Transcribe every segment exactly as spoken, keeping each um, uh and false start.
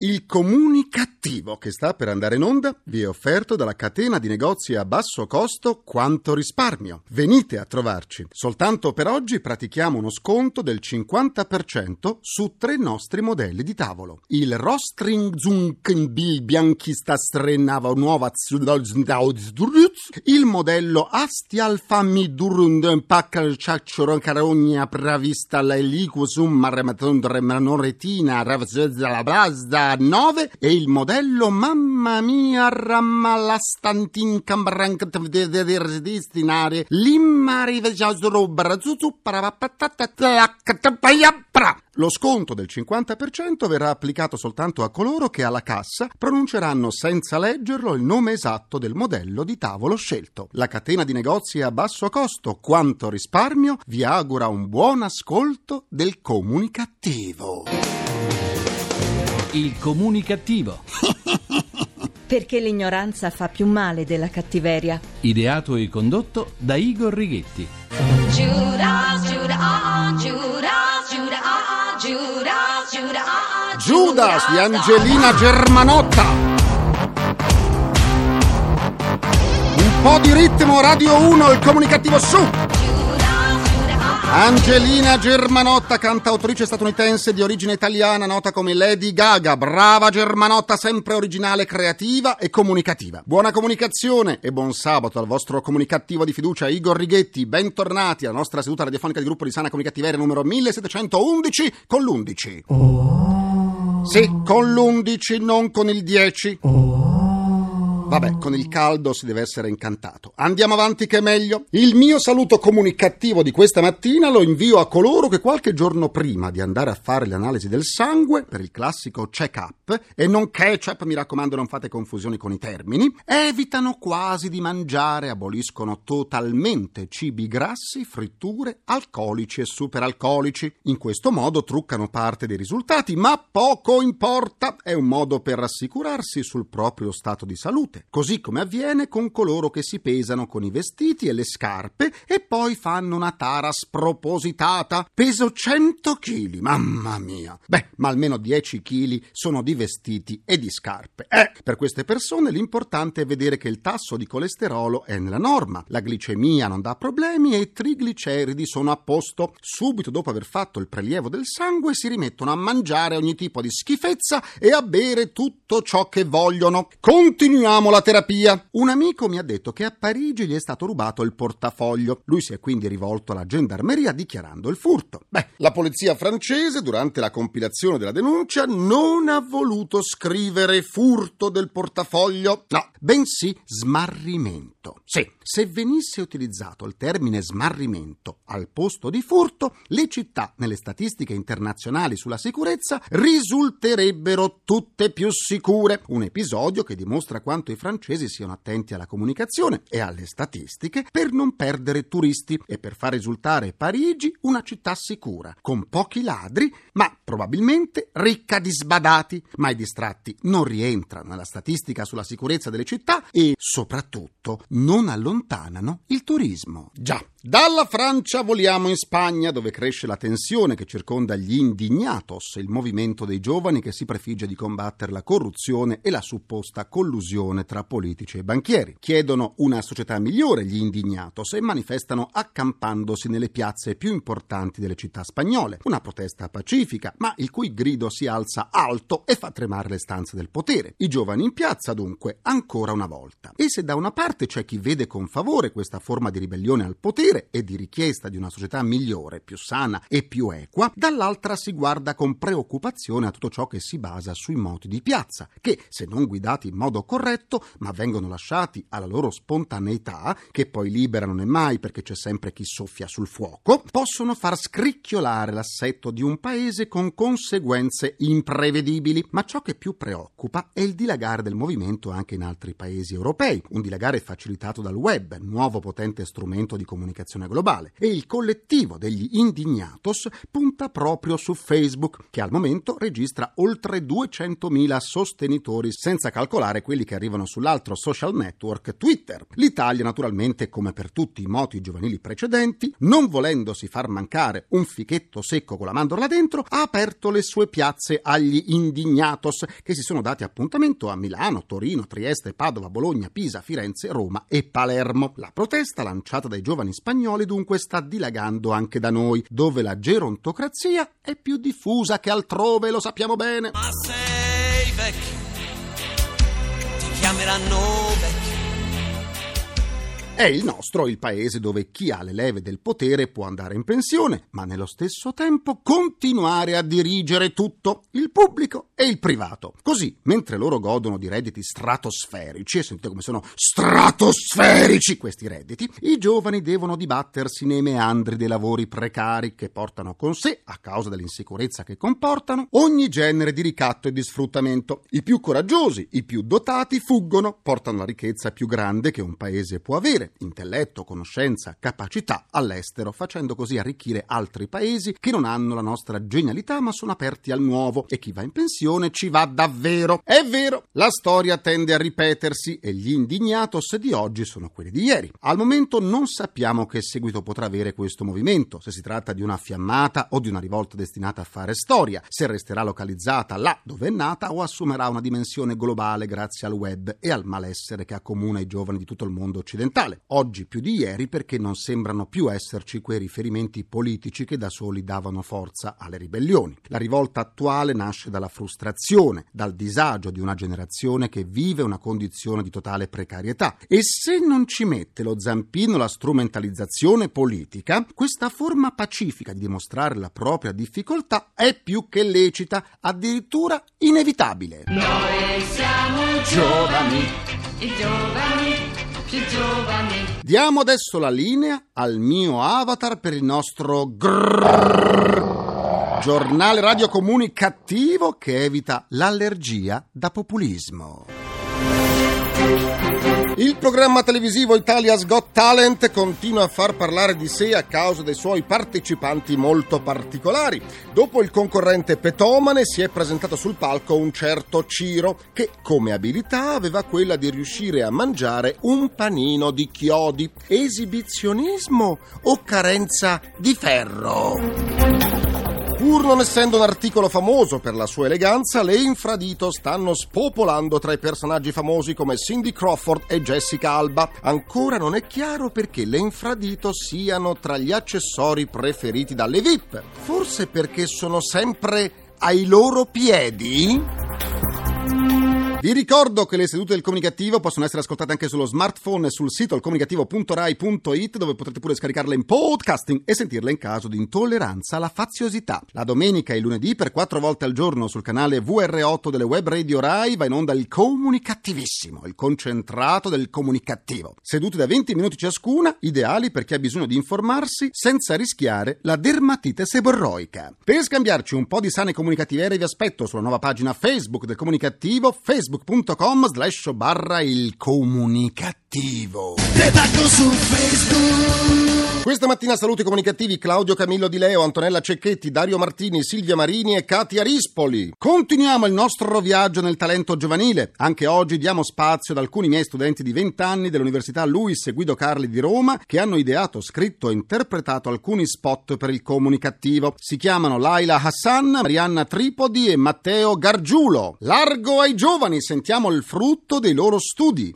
Il comunicativo che sta per andare in onda vi è offerto dalla catena di negozi a basso costo Quanto Risparmio. Venite a trovarci. Soltanto per oggi pratichiamo uno sconto del cinquanta per cento su tre nostri modelli di tavolo. Il Rostring Zunkenbil Bianchista Strenava Nuova, il modello Asti Alfa Midurund Paccal Ciaccioro Carogna Pravista Leliquusum Marrematondremanoretina Ravzezza Blasda nove e il modello Mamma Mia Rammalastantin Cambranc destinare Limmari Vegiasrobra Zuzu Lo sconto del cinquanta per cento verrà applicato soltanto a coloro che alla cassa pronunceranno senza leggerlo il nome esatto del modello di tavolo scelto. La catena di negozi a basso costo Quanto Risparmio vi augura un buon ascolto del comunicativo. Il comunicativo. Perché l'ignoranza fa più male della cattiveria. Ideato e condotto da Igor Righetti. Judas, Judas, ah, Judas, Judas, ah, Judas, Judas, ah, Judas di Angelina Germanotta. Un po' di ritmo, Radio uno, il comunicativo su. Angelina Germanotta, cantautrice statunitense di origine italiana, nota come Lady Gaga. Brava Germanotta, sempre originale, creativa e comunicativa. Buona comunicazione e buon sabato al vostro comunicativo di fiducia Igor Righetti. Bentornati alla nostra seduta radiofonica di gruppo di sana comunicativeria numero millesettecentoundici con l'undici. Oh. Sì, con l'undici, non con il dieci. Oh. Vabbè, con il caldo si deve essere incantato. Andiamo avanti che è meglio. Il mio saluto comunicativo di questa mattina lo invio a coloro che qualche giorno prima di andare a fare le analisi del sangue, per il classico check-up, e non ketchup, mi raccomando non fate confusioni con i termini, evitano quasi di mangiare, aboliscono totalmente cibi grassi, fritture, alcolici e superalcolici. In questo modo truccano parte dei risultati, ma poco importa. È un modo per rassicurarsi sul proprio stato di salute. Così come avviene con coloro che si pesano con i vestiti e le scarpe e poi fanno una tara spropositata. Peso cento chili, mamma mia! Beh, ma almeno dieci chili sono di vestiti e di scarpe. Eh, per queste persone l'importante è vedere che il tasso di colesterolo è nella norma, la glicemia non dà problemi e i trigliceridi sono a posto. Subito dopo aver fatto il prelievo del sangue si rimettono a mangiare ogni tipo di schifezza e a bere tutto ciò che vogliono. Continuiamo la terapia. Un amico mi ha detto che a Parigi gli è stato rubato il portafoglio. Lui si è quindi rivolto alla gendarmeria dichiarando il furto. Beh, la polizia francese durante la compilazione della denuncia non ha voluto scrivere furto del portafoglio, no, bensì smarrimento. Sì, se venisse utilizzato il termine smarrimento al posto di furto, le città nelle statistiche internazionali sulla sicurezza risulterebbero tutte più sicure. Un episodio che dimostra quanto i francesi siano attenti alla comunicazione e alle statistiche per non perdere turisti e per far risultare Parigi una città sicura, con pochi ladri, ma probabilmente ricca di sbadati. Ma i distratti non rientrano nella statistica sulla sicurezza delle città e, soprattutto, non allontanano il turismo. Già. Dalla Francia voliamo in Spagna, dove cresce la tensione che circonda gli Indignatos, il movimento dei giovani che si prefigge di combattere la corruzione e la supposta collusione tra politici e banchieri. Chiedono una società migliore gli Indignatos e manifestano accampandosi nelle piazze più importanti delle città spagnole. Una protesta pacifica, ma il cui grido si alza alto e fa tremare le stanze del potere. I giovani in piazza, dunque, ancora una volta. E se da una parte c'è chi vede con favore questa forma di ribellione al potere e di richiesta di una società migliore, più sana e più equa, dall'altra si guarda con preoccupazione a tutto ciò che si basa sui moti di piazza, che, se non guidati in modo corretto, ma vengono lasciati alla loro spontaneità, che poi libera non è mai perché c'è sempre chi soffia sul fuoco, possono far scricchiolare l'assetto di un paese con conseguenze imprevedibili. Ma ciò che più preoccupa è il dilagare del movimento anche in altri paesi europei, un dilagare facilitato dal web, nuovo potente strumento di comunicazione comunicazione globale, e il collettivo degli Indignatos punta proprio su Facebook, che al momento registra oltre duecentomila sostenitori, senza calcolare quelli che arrivano sull'altro social network Twitter. L'Italia, naturalmente, come per tutti i moti giovanili precedenti, non volendosi far mancare un fichetto secco con la mandorla dentro, ha aperto le sue piazze agli Indignatos, che si sono dati appuntamento a Milano, Torino, Trieste, Padova, Bologna, Pisa, Firenze, Roma e Palermo. La protesta lanciata dai giovani spagnoli dunque sta dilagando anche da noi, dove la gerontocrazia è più diffusa che altrove, lo sappiamo bene. Ma sei vecchio, ti chiameranno vecchio. È il nostro il paese dove chi ha le leve del potere può andare in pensione, ma nello stesso tempo continuare a dirigere tutto, il pubblico e il privato. Così, mentre loro godono di redditi stratosferici, e sentite come sono stratosferici questi redditi, i giovani devono dibattersi nei meandri dei lavori precari che portano con sé, a causa dell'insicurezza che comportano, ogni genere di ricatto e di sfruttamento. I più coraggiosi, i più dotati fuggono, portano la ricchezza più grande che un paese può avere, intelletto, conoscenza, capacità, all'estero, facendo così arricchire altri paesi che non hanno la nostra genialità ma sono aperti al nuovo, e chi va in pensione ci va davvero. È vero, la storia tende a ripetersi e gli Indignatos di oggi sono quelli di ieri. Al momento non sappiamo che seguito potrà avere questo movimento, se si tratta di una fiammata o di una rivolta destinata a fare storia, se resterà localizzata là dove è nata o assumerà una dimensione globale grazie al web e al malessere che accomuna i giovani di tutto il mondo occidentale. Oggi più di ieri, perché non sembrano più esserci quei riferimenti politici che da soli davano forza alle ribellioni. La rivolta attuale nasce dalla frustrazione, dal disagio di una generazione che vive una condizione di totale precarietà, e se non ci mette lo zampino la strumentalizzazione politica, questa forma pacifica di dimostrare la propria difficoltà è più che lecita, addirittura inevitabile. Noi siamo giovani, i giovani, più giovani. Diamo adesso la linea al mio avatar per il nostro grrrr, giornale radio comunicativo che evita l'allergia da populismo. Il programma televisivo Italia's Got Talent continua a far parlare di sé a causa dei suoi partecipanti molto particolari. Dopo il concorrente Petomane si è presentato sul palco un certo Ciro che, come abilità, aveva quella di riuscire a mangiare un panino di chiodi. Esibizionismo o carenza di ferro? Pur non essendo un articolo famoso per la sua eleganza, le Infradito stanno spopolando tra i personaggi famosi come Cindy Crawford e Jessica Alba. Ancora non è chiaro perché le Infradito siano tra gli accessori preferiti dalle V I P. Forse perché sono sempre ai loro piedi? Vi ricordo che le sedute del Comunicativo possono essere ascoltate anche sullo smartphone e sul sito alcomunicativo punto rai punto it, dove potrete pure scaricarle in podcasting e sentirle in caso di intolleranza alla faziosità. La domenica e il lunedì, per quattro volte al giorno sul canale V R otto delle web radio Rai, va in onda il Comunicativissimo, il concentrato del comunicativo. Sedute da venti minuti ciascuna, ideali per chi ha bisogno di informarsi senza rischiare la dermatite seborroica. Per scambiarci un po' di sane comunicativerie vi aspetto sulla nuova pagina Facebook del Comunicativo, facebook punto com slash barra il comunicativo. Su Facebook. Questa mattina saluti comunicativi Claudio Camillo Di Leo, Antonella Cecchetti, Dario Martini, Silvia Marini e Katia Rispoli. Continuiamo il nostro viaggio nel talento giovanile. Anche oggi diamo spazio ad alcuni miei studenti di venti anni dell'Università Luis e Guido Carli di Roma che hanno ideato, scritto e interpretato alcuni spot per il comunicativo. Si chiamano Laila Hassan, Marianna Tripodi e Matteo Gargiulo. Largo ai giovani, sentiamo il frutto dei loro studi.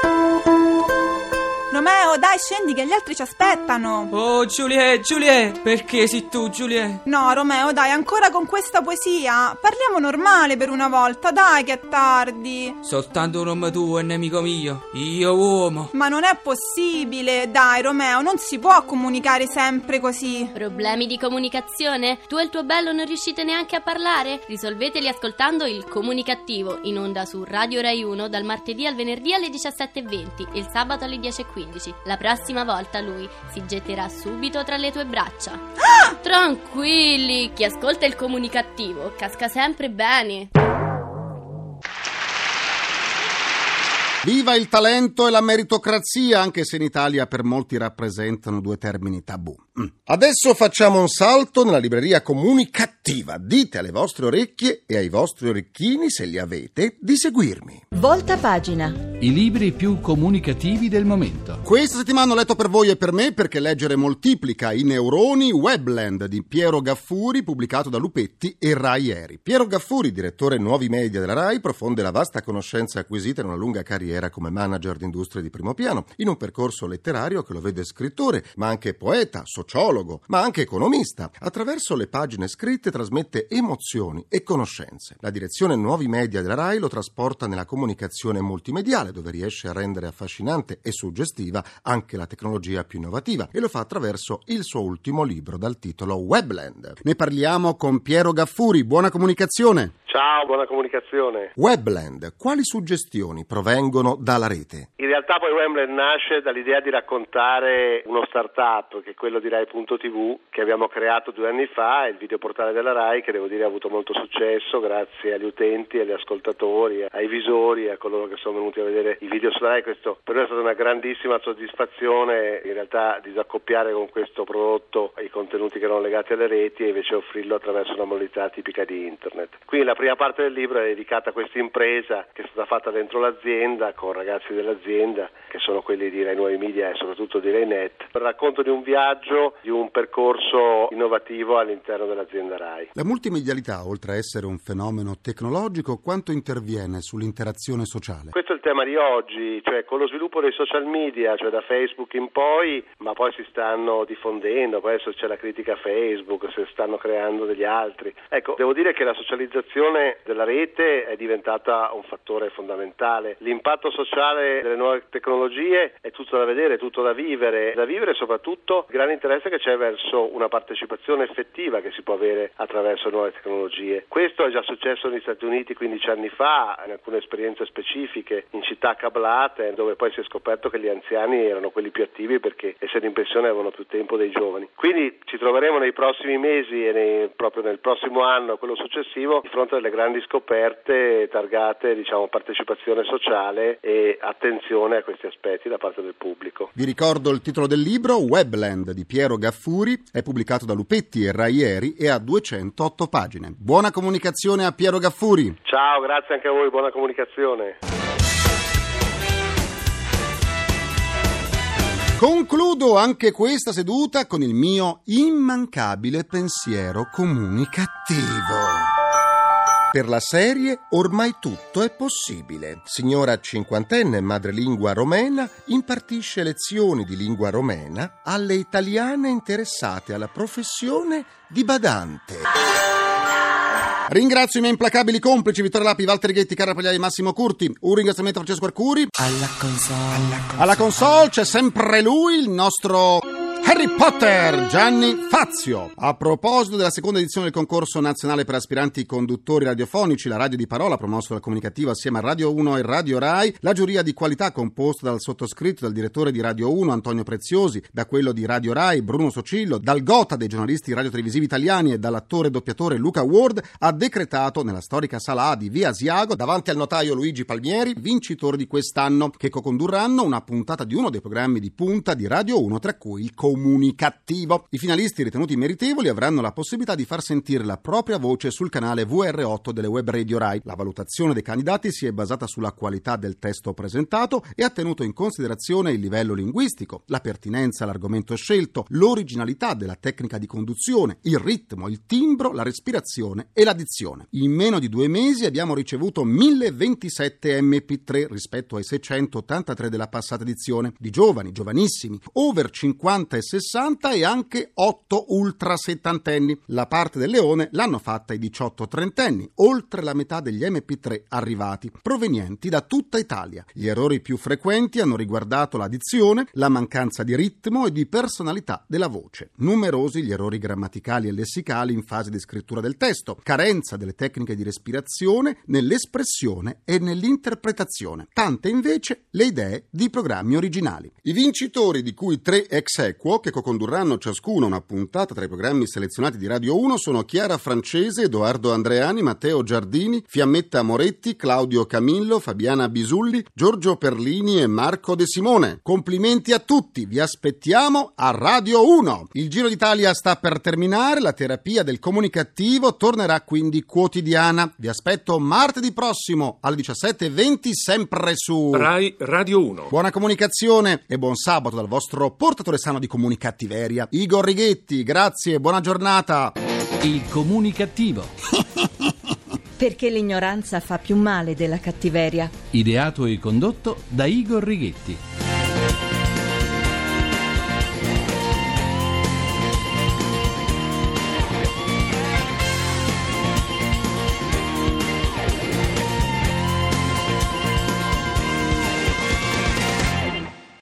Romeo, dai, scendi che gli altri ci aspettano. Oh, Giulie, Giulie, perché sei tu, Giulie? No, Romeo, dai, ancora con questa poesia. Parliamo normale per una volta, dai, che è tardi. Soltanto un uomo tu è nemico mio, io uomo. Ma non è possibile, dai, Romeo, non si può comunicare sempre così. Problemi di comunicazione? Tu e il tuo bello non riuscite neanche a parlare? Risolveteli ascoltando il Comunicativo, in onda su Radio Rai uno dal martedì al venerdì alle diciassette e venti e il sabato alle dieci e quindici. La prossima volta lui si getterà subito tra le tue braccia. Ah! Tranquilli, chi ascolta il Comunicativo casca sempre bene. Viva il talento e la meritocrazia, anche se in Italia per molti rappresentano due termini tabù. Mm. Adesso facciamo un salto nella libreria comunicativa. Dite alle vostre orecchie e ai vostri orecchini, se li avete, di seguirmi. Volta pagina. I libri più comunicativi del momento. Questa settimana ho letto per voi e per me perché leggere moltiplica i neuroni Webland di Piero Gaffuri, pubblicato da Lupetti e Rai Eri. Piero Gaffuri, direttore nuovi media della Rai, profonde la vasta conoscenza acquisita in una lunga carriera come manager d'industria di primo piano, in un percorso letterario che lo vede scrittore, ma anche poeta, sociologo, ma anche economista. Attraverso le pagine scritte trasmette emozioni e conoscenze. La direzione nuovi media della Rai lo trasporta nella comunicazione multimediale, dove riesce a rendere affascinante e suggestiva anche la tecnologia più innovativa, e lo fa attraverso il suo ultimo libro dal titolo Webland. Ne parliamo con Piero Gaffuri. Buona comunicazione. Ciao, buona comunicazione. Webland, quali suggestioni provengono dalla rete? In realtà poi Webland nasce dall'idea di raccontare uno startup, che è quello di Rai punto tivù, che abbiamo creato due anni fa, il videoportale della Rai, che devo dire ha avuto molto successo grazie agli utenti, agli ascoltatori, ai visori, a coloro che sono venuti a vedere i video sulla Rai. Questo per noi è stata una grandissima soddisfazione, in realtà disaccoppiare con questo prodotto i contenuti che erano legati alle reti e invece offrirlo attraverso una modalità tipica di internet. Quindi la prima parte del libro è dedicata a questa impresa che è stata fatta dentro l'azienda con ragazzi dell'azienda che sono quelli di Rai Nuovi Media e soprattutto di Rai Net. Racconto di un viaggio, di un percorso innovativo all'interno dell'azienda Rai. La multimedialità, oltre a essere un fenomeno tecnologico, quanto interviene sull'interazione sociale? Questo è il tema di oggi, cioè con lo sviluppo dei social media, cioè da Facebook in poi, ma poi si stanno diffondendo, poi adesso c'è la critica a Facebook, si stanno creando degli altri. Ecco, devo dire che la socializzazione della rete è diventata un fattore fondamentale. L'impatto sociale delle nuove tecnologie è tutto da vedere, è tutto da vivere, da vivere soprattutto il grande interesse che c'è verso una partecipazione effettiva che si può avere attraverso nuove tecnologie. Questo è già successo negli Stati Uniti quindici anni fa, in alcune esperienze specifiche, in città cablate, dove poi si è scoperto che gli anziani erano quelli più attivi perché essendo in pensione avevano più tempo dei giovani. Quindi ci troveremo nei prossimi mesi e nei, proprio nel prossimo anno, quello successivo, di fronte alle grandi scoperte targate, diciamo, partecipazione sociale e attenzione a questi aspetti da parte del pubblico. Vi ricordo il titolo del libro, Webland di Piero Gaffuri, è pubblicato da Lupetti e Rai Eri e ha duecentootto pagine. Buona comunicazione a Piero Gaffuri. Ciao, grazie anche a voi, buona comunicazione. Concludo anche questa seduta con il mio immancabile pensiero comunicativo. Per la serie Ormai tutto è possibile. Signora cinquantenne madrelingua romena impartisce lezioni di lingua romena alle italiane interessate alla professione di badante. Ringrazio i miei implacabili complici Vittorio Lapi, Walter Ghetti, Carla Pagliai e Massimo Curti. Un ringraziamento a Francesco Arcuri. Alla console. Alla console. Alla console c'è sempre lui, il nostro Harry Potter, Gianni Fazio. A proposito della seconda edizione del concorso nazionale per aspiranti conduttori radiofonici, la radio di parola promosso dal Comunicativo assieme a Radio uno e Radio Rai, la giuria di qualità composta dal sottoscritto, dal direttore di Radio uno Antonio Preziosi, da quello di Radio Rai Bruno Socillo, dal gota dei giornalisti radiotelevisivi italiani e dall'attore e doppiatore Luca Ward, ha decretato nella storica sala A di Via Asiago, davanti al notaio Luigi Palmieri, vincitori di quest'anno, che co-condurranno una puntata di uno dei programmi di punta di Radio uno, tra cui il Comunicativo. I finalisti ritenuti meritevoli avranno la possibilità di far sentire la propria voce sul canale V R otto delle web radio Rai. La valutazione dei candidati si è basata sulla qualità del testo presentato e ha tenuto in considerazione il livello linguistico, la pertinenza all'argomento scelto, l'originalità della tecnica di conduzione, il ritmo, il timbro, la respirazione e la dizione. In meno di due mesi abbiamo ricevuto mille ventisette emme pi tre rispetto ai seicentottantatré della passata edizione, di giovani, giovanissimi, over cinquanta e sessanta e anche otto ultra settantenni. La parte del leone l'hanno fatta i diciotto trentenni, oltre la metà degli emme pi tre arrivati, provenienti da tutta Italia. Gli errori più frequenti hanno riguardato la dizione, la mancanza di ritmo e di personalità della voce. Numerosi gli errori grammaticali e lessicali in fase di scrittura del testo, carenza delle tecniche di respirazione nell'espressione e nell'interpretazione. Tante invece le idee di programmi originali. I vincitori, di cui tre ex equo, che co-condurranno ciascuno una puntata tra i programmi selezionati di Radio uno sono Chiara Francese, Edoardo Andreani, Matteo Giardini, Fiammetta Moretti, Claudio Camillo, Fabiana Bisulli, Giorgio Perlini e Marco De Simone. Complimenti a tutti, vi aspettiamo a Radio uno. Il Giro d'Italia sta per terminare, la terapia del comunicativo tornerà quindi quotidiana. Vi aspetto martedì prossimo alle diciassette e venti sempre su Rai Radio uno. Buona comunicazione e buon sabato dal vostro portatore sano di comunicattiveria, Igor Righetti. Grazie, buona giornata. Il comunicativo. Perché l'ignoranza fa più male della cattiveria. Ideato e condotto da Igor Righetti.